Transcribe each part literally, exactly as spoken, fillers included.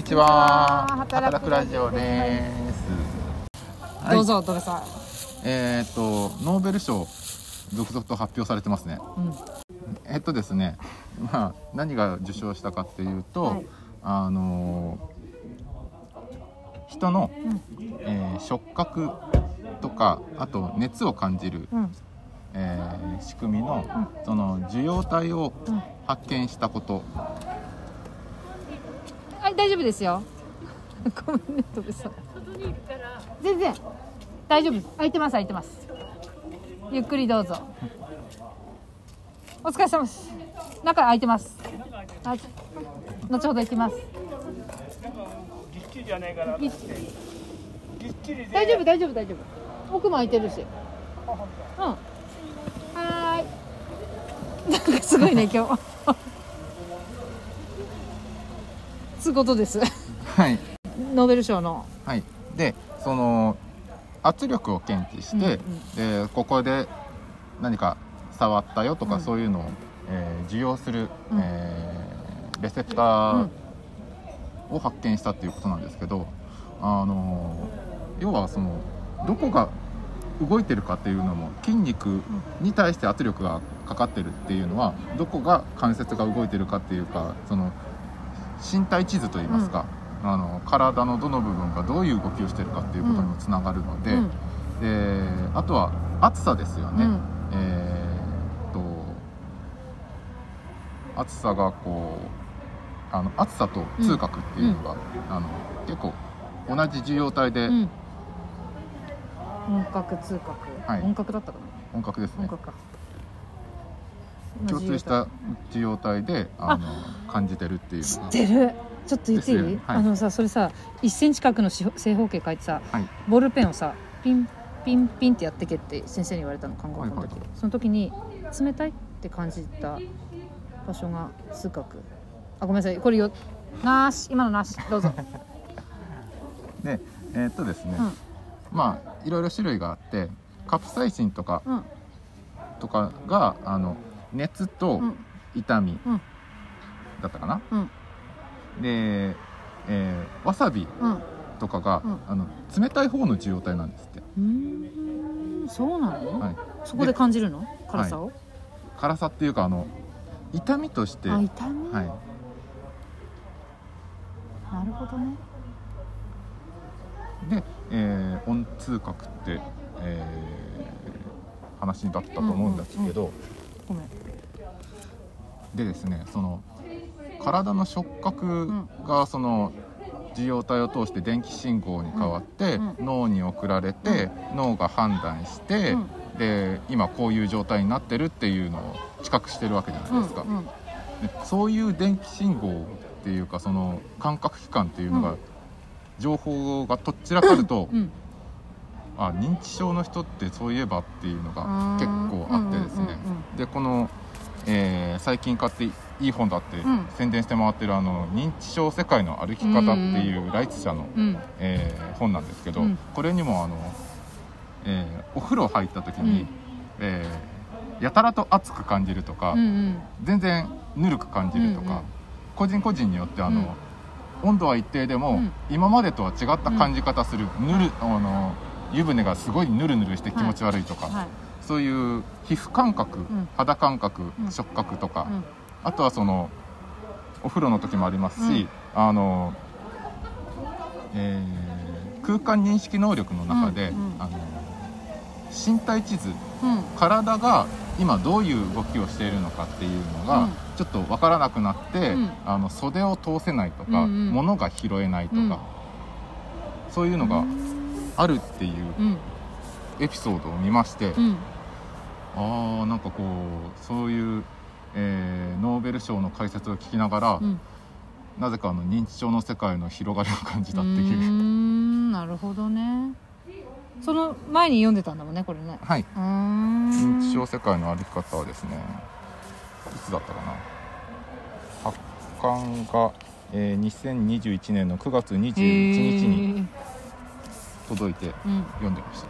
ちは。働くラジオです。 どうぞ、どうぞ。 えっとノーベル賞続々と発表されてますね。うん、えっとですね、まあ何が受賞したかっていうと、はい、あの人の、うんえー、触覚とかあと熱を感じる、うんえー、仕組みの、うん、その受容体を発見したこと。 はい、大丈夫ですよ。ごめんね、戸部さん。全然大丈夫です。空いてます、空いてます。ゆっくりどうぞ。お疲れ様です。中空いてます。はい、後ほど行きます。 ぎっちりじゃないから。ぎっちり。 大丈夫、大丈夫、大丈夫。奥も空いてるし。うん。はーい。なんかすごいね、今日。つうことです。 はい。 ノーベル賞の。 はい。で、その圧力を検知して、うんうん、でここで何か触ったよとか、うん、そういうのを、えー、受容する、うんえー、レセプターを発見したっていうことなんですけど、あの要はそのどこが動いてるかっていうのも筋肉に対して圧力がかかってるっていうのはどこが関節が動いてるかっていうか、その身体地図といいますか、うん、あの体のどの部分がどういう動きをしてるかっていうことにもつながるので、うん、であとは暑さですよね、うんえー、っと暑さがこうあの暑さと痛覚っていうのが、うん、あの結構同じ受容体で、うん、 音覚痛覚、はい、音覚だったかな。 音覚ですね。 音覚か。 共通した受容体であの感じてるっていう。 知ってる。ちょっと言っていい、はい、あのさそれさいっセンチ角の正方形書いてさ、はい、ボールペンをさピンピンピンってやってけって先生に言われたの、看護学の時、はいはい、その時に冷たいって感じた場所が痛覚。あ、ごめんなさい、これよなし、今のなし、どうぞ。 でえー、っとですね、うん、まあいろいろ種類があってカプサイシンとか、うん、とかがあの熱と痛みだったかな、うん、で、えー、わさびとかが、うん、あの冷たい方の受容体なんですって。 うーん、そうなの、はい、そこで感じるの辛さを、はい、 辛さっていうかあの痛みとして。 あ、痛み、 はい、 なるほどね。 で、えー、温痛覚って、えー、話だったと思うんですけど、うんうんうん、ごめん。でですね、その体の触覚がその受容体を通して電気信号に変わって、うんうん、脳に送られて、うん、脳が判断して、うん、で今こういう状態になってるっていうのを知覚してるわけじゃないですか、うんうん、でそういう電気信号っていうかその感覚器官っていうのが、うん、情報がとっちらかると、うん、あ、認知症の人ってそういえばっていうのが結構あってですね、うんうんうんうん、でこの、えー、最近買っていい本だって宣伝して回ってるあの認知症世界の歩き方っていうライツ社の、うんえー、本なんですけど、うん、これにもあの、えー、お風呂入った時に、うんえー、やたらと熱く感じるとか、うんうん、全然ぬるく感じるとか、うんうん、個人個人によってあの、うん、温度は一定でも、うん、今までとは違った感じ方する、うん、ぬるあの湯船がすごいぬるぬるして気持ち悪いとか、はいはい、そういう皮膚感覚、うん、肌感覚、うん、触覚とか、うん、あとはそのお風呂の時もありますし、うん、あの、えー、空間認識能力の中で、うんうん、あの身体地図、うん、体が今どういう動きをしているのかっていうのが、うん、ちょっと分からなくなって、うん、あの袖を通せないとか、うんうん、物が拾えないとか、うん、そういうのがあるっていうエピソードを見まして、うん、あーなんかこうそういう、えー、ノーベル賞の解説を聞きながら、うん、なぜかあの認知症の世界の広がりを感じたっていう。うーん、なるほどね。その前に読んでたんだもんね、これね。 はい。うーん、認知症世界の歩き方はですね、いつだったかな、発刊が、えー、にせんにじゅういちねんのくがつにじゅういちにちに届いて読んでました、うん、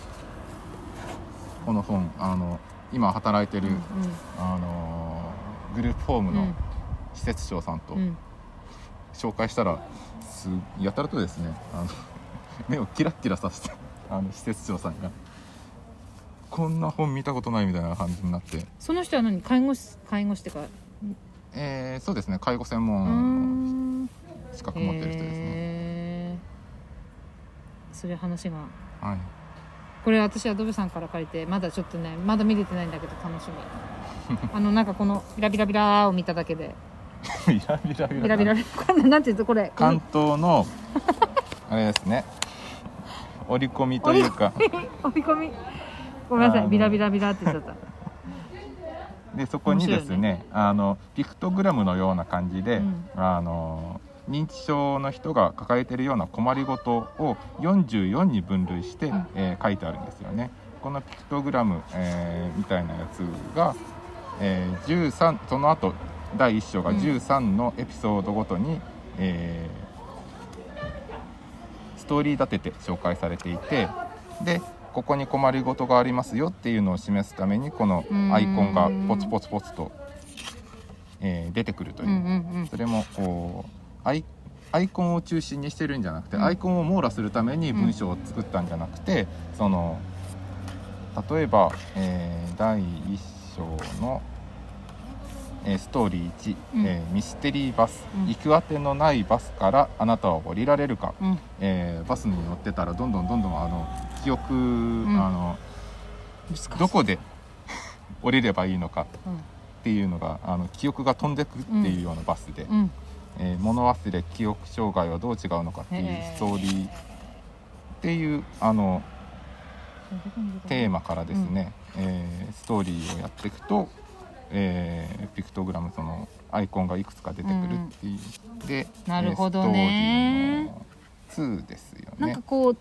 この本あの今働いてる、うんうん、あのグループホームの施設長さんと紹介したらすやたらとですねあの目をキラッキラさせてあの施設長さんがこんな本見たことないみたいな感じになって。 その人は何、介護士介護士ってか、 えー、そうですね、介護専門の資格持ってる人ですね。 へー、それ話が、 はい、 これ私アドベさんから借りてまだちょっとねまだ見れてないんだけど楽しみあのなんかこのビラビラビラを見ただけでビラビラビラビラビラビラなんていうとこれ関東のあれですね折り込みというか折り込みごめんなさいビラビラビラって言っちゃったでそこにですね、ねあのピクトグラムのような感じで、うん、あの認知症の人が抱えているような困りごとをよんじゅうよんに分類して、うんえー、書いてあるんですよね。このピクトグラム、えー、みたいなやつが、えー、じゅうさんその後だいいっ章がじゅうさんのエピソードごとに、うんえー、ストーリー立てて紹介されていて、でここに困りごとがありますよっていうのを示すためにこのアイコンがポツポツポツと、えー、出てくるという、うんうんうん、それもこうアイ、アイコンを中心にしてるんじゃなくて、うん、アイコンを網羅するために文章を作ったんじゃなくて、うん、その例えば、えー、だいいっ章の、えー、ストーリーいち、うんえー、ミステリーバス、うん、行く当てのないバスからあなたは降りられるか、うんえー、バスに乗ってたらどんどんどんどんあの記憶、うん、あのどこで降りればいいのかっていうのがあの記憶が飛んでくっていうようなバスで、うんうんえー、物忘れ記憶障害はどう違うのかっていうストーリーっていうあのテーマからですね、うんえー、ストーリーをやっていくと、えー、ピクトグラムそのアイコンがいくつか出てくるっていう、うん、でなるほどねストーリーのツーですよね。 なんかこう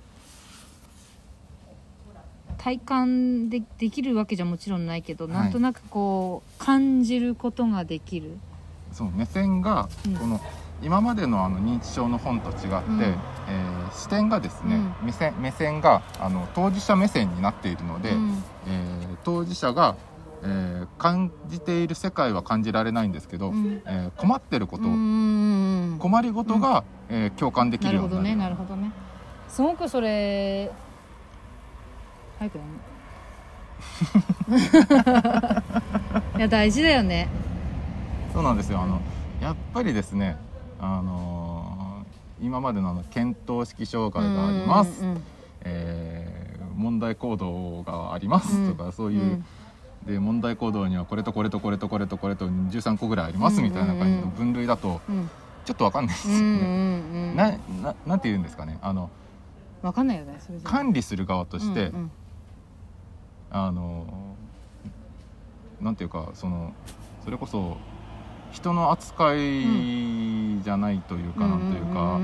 体感でできるわけじゃもちろんないけど、はい、なんとなくこう感じることができる。 そう目線がこの、うん、今までのあの認知症の本と違って、うんえー、視点がですね、うん、目線、目線があの当事者目線になっているので、うんえー、当事者が、えー、感じている世界は感じられないんですけど、うんえー、困ってること、うん困りごとが、うんえー、共感できるようになる。 なるほどね、なるほどね。すごくそれ早く読むいや大事だよね。 そうなんですよ、あのやっぱりですね、あのー、今までのあの見当識障害があります、うんうんうんえー、問題行動がありますとか、うん、そういう、うん、で問題行動にはこれとこれとこれとこれとこれとじゅうさんこぐらいありますみたいな感じの分類だと、うん、ちょっと分かんないですよね、うんうんうん、な, な, なんて言うんですかね、あの分かんないよねそれじゃ管理する側として、うんうん、あのなんていうかそのそれこそ人の扱いじゃないというか、うん、なんというか、うんうん、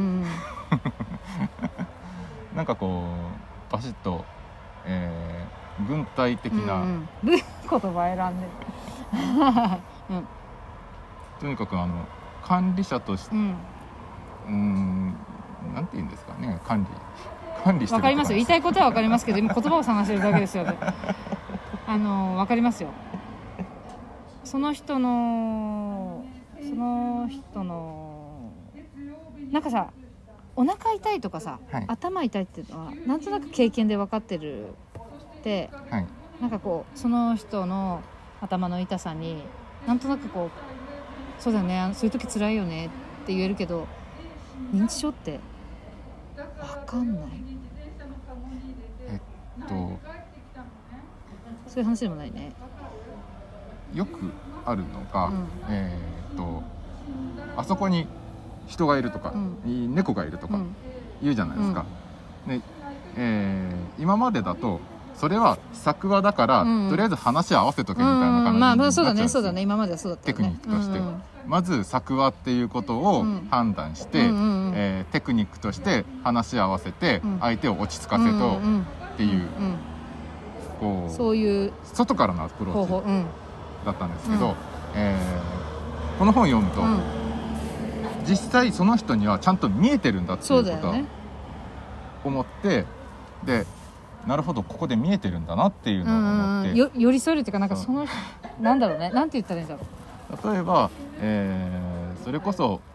なんかこうバシッと、えー、軍隊的な、うんうん、 言葉選んでる、うん、 とにかくあの管理者として、うん、うーんなんて言うんですかね、管理管理してる。 わかりますよ、言いたいことはわかりますけど今言葉を探してるだけですよねあのわかりますよ。その人のその人のなんかさ、お腹痛いとかさ、はい、頭痛いっていうのはなんとなく経験で分かってるって、はい、なんかこうその人の頭の痛さになんとなくこうそうだね、そういう時辛いよねって言えるけど、認知症って分かんない。 えっとそういう話でもないね。 よくあるのが、うん、えー、っとあそこに人がいるとか、うん、猫がいるとか言うじゃないですか、うん、でえー、今までだとそれは作話だから、うんうん、とりあえず話を合わせとけみたいな感じになっちゃうんですよ。 まあそうだね、そうだね、今まではそうだったよね。 テクニックとして、うんうん、まず作話っていうことを判断して、うんうんうんえー、テクニックとして話し合わせて相手を落ち着かせとっていう、うんうん、こうそういう外からのアプローチ、うん、だったんですけど、うんえー、この本を読むと、うん、実際その人にはちゃんと見えてるんだっていうことを思って、でなるほどここで見えてるんだなっていうのを思って、うん、 よ寄り添えるっていうか、なんかそのなんだろうね、なんて言ったらいいんだろう。例えば、えー、それこそ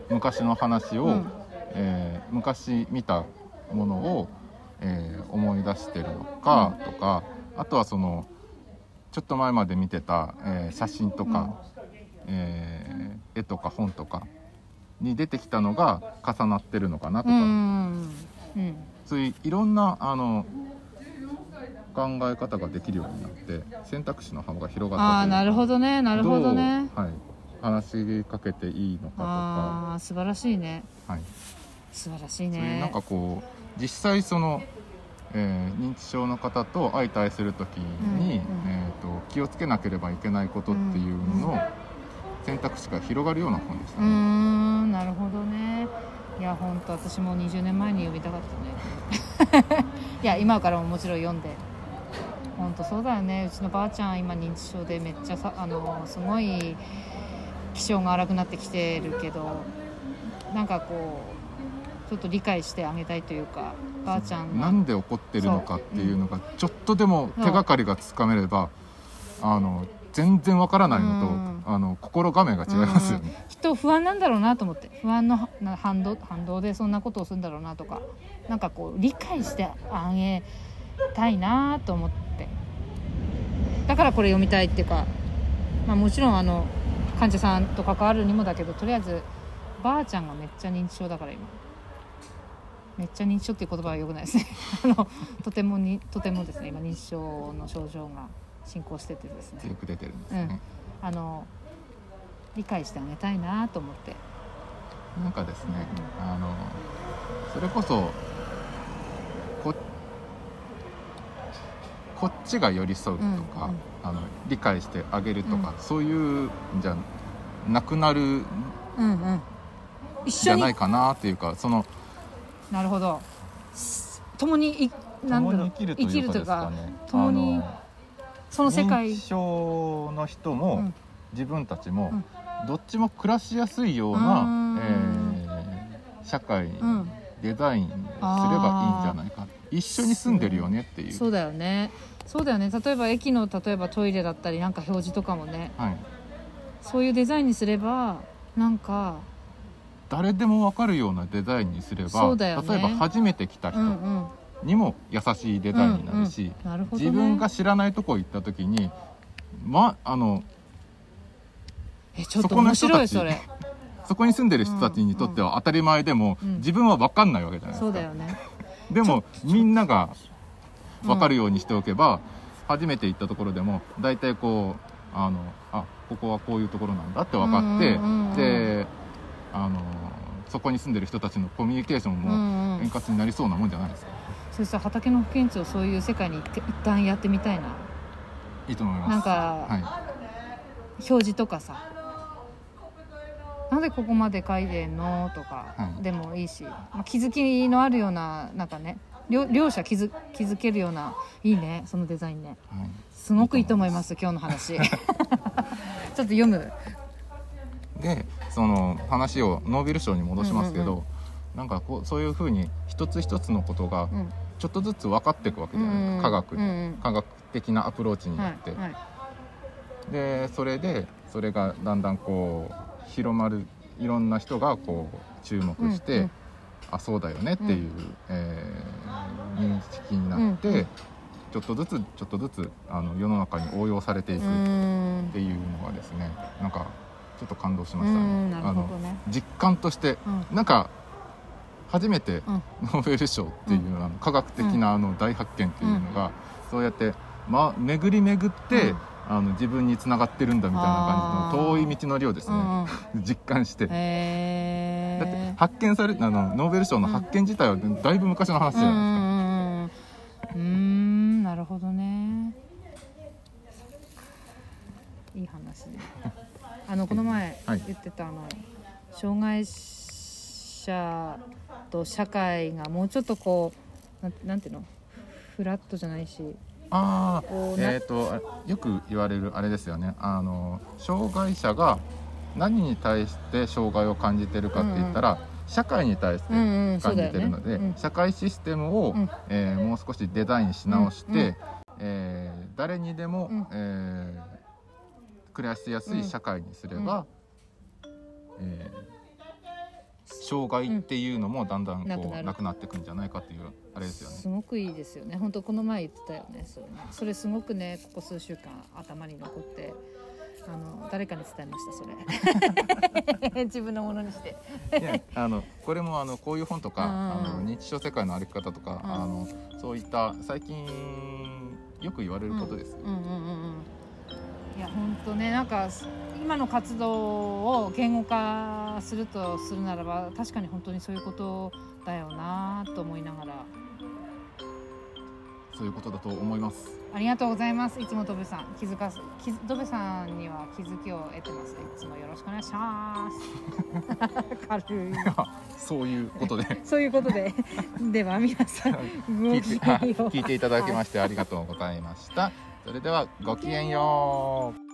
昔の話を、 うんえー、昔見たものを、えー、思い出してるのかとか、うん、あとはそのちょっと前まで見てた、えー、写真とか、うん、えー、絵とか本とかに出てきたのが重なってるのかなとか、うんうん、そういういろんなあの考え方ができるようになって選択肢の幅が広がったというか、 あーなるほどねなるほどね、 どう、はい、話しかけていいのかとか、 あー素晴らしいね、 はい、 素晴らしいね。 そういうなんかこう実際その、えー、認知症の方と相対するときに、うんうん、えー、と気をつけなければいけないことっていうのの選択肢が広がるような本でしたね。 うーんなるほどね。いや本当私もにじゅうねんまえに読みたかったねいや今からももちろん読んで、本当そうだよね。うちのばあちゃん今認知症でめっちゃさあのすごい気性が荒くなってきてるけど、なんかこうちょっと理解してあげたいというか、ばあちゃんがなんで怒ってるのかっていうのがちょっとでも手がかりがつかめれば、あの全然わからないのと、うん、あの心構えが違いますよね、 うん、きっと不安なんだろうなと思って、不安の反動、反動でそんなことをするんだろうなとか、なんかこう理解してあげたいなと思って、だからこれ読みたいっていうか、まあ、もちろんあの患者さんと関わるにもだけど、とりあえずばあちゃんがめっちゃ認知症だから今めっちゃ認知症っていう言葉は良くないですねあのとてもにとてもですね今認知症の症状が進行しててですね、 強く出てるんですね、 うん、あの理解してあげたいなと思って、 なんかですね、うん、あのそれこそここっちが寄り添うとか、うんうん、あの理解してあげるとか、うん、そういうんじゃなくなる、うんうん、一緒にじゃないかなっていうか、そのなるほど、共にいなんだろう、 共に生きるというかですかね、 共にその世界、 認知症の人も、うん、自分たちも、うん、どっちも暮らしやすいような、えー、社会、うん、デザインすればいいんじゃないか、一緒に住んでるよねっていう。 そうだよね、そうだよね。例えば駅の例えばトイレだったりなんか表示とかもね、はい、そういうデザインにすればなんか誰でも分かるようなデザインにすれば、そうだよね、例えば初めて来た人にも優しいデザインになるし、うんうん、なるほどね、自分が知らないとこ行った時に、ま、あのえちょっと面白いそれそこに住んでる人たちにとっては当たり前でも、うんうん、自分は分かんないわけじゃないですか。 そうだよね。 でもみんなが分かるようにしておけば、うん、初めて行ったところでも大体こうあのあここはこういうところなんだって分かって、うんうんうん、であのそこに住んでる人たちのコミュニケーションも円滑になりそうなもんじゃないですか。 うんうん、それさ畑の保健室をそういう世界に一旦やってみたいな。 いいと思います。 なんか、はい、表示とかさ、なんでここまで書いてんのとかでもいいし、はい、まあ、気づきのあるようななんかね、両, 両者気づ気づけるような、いいねそのデザインね、はい、すごくいいと思います。今日の話ちょっと読む。 でその話をノーベル賞に戻しますけど、うんうんうん、なんかこうそういうふうに一つ一つのことがちょっとずつ分かっていくわけじゃないですか、うんうん、科学、うんうん、科学的なアプローチによって、はいはい、でそれでそれがだんだんこう広まる、いろんな人がこう注目して、うんうん、あそうだよねっていう、うん、えー、認識になって、うんうん、ちょっとずつちょっとずつあの世の中に応用されていくっていうのがですね、なんかちょっと感動しましたね。 なるほどね。 あの実感として、うん、なんか初めてノーベル賞っていう、うん、あの科学的なあの大発見っていうのが、うん、そうやって、ま、巡り巡って、うん、あの自分に繋がってるんだみたいな感じの遠い道のりをですね、うん、実感して、へだって発見されあのノーベル賞の発見自体はだいぶ昔の話じゃないですか。 うーん、なるほどね。いい話ね。あのこの前言ってた、はい、あの障害者と社会がもうちょっとこう な, なんていうのフラットじゃないし、 あー、えーとよく言われるあれですよね。あの障害者が何に対して障害を感じてるかって言ったら、うんうん、社会に対して感じてるので、うんうんねうん、社会システムを、うんえー、もう少しデザインし直して、うんうんえー、誰にでも、うんえー、暮らしやすい社会にすれば、うんえ障害っていうのもだんだんこう、 なくなるなくなっていくんじゃないかっていうあれですよね。 すごくいいですよね。本当この前言ってたよねそれね。それすごくねここ数週間頭に残って、あの誰かに伝えましたそれ自分のものにしていやあのこれもあのこういう本とか、 うん、 あの認知症世界の歩き方とか、うん、あのそういった最近よく言われることですよ。 うんうんうんうんいや本当ね、なんか今の活動を言語化するとするならば確かに本当にそういうことだよなと思いながら。 そういうことだと思います。 ありがとうございます。いつもドベさん気づかすドベさんには気づきを得てます。いつもよろしくお願いします軽いそういうことでそういうことででは皆さん聞いて聞いていただきましてありがとうございました。それではごきげんよう。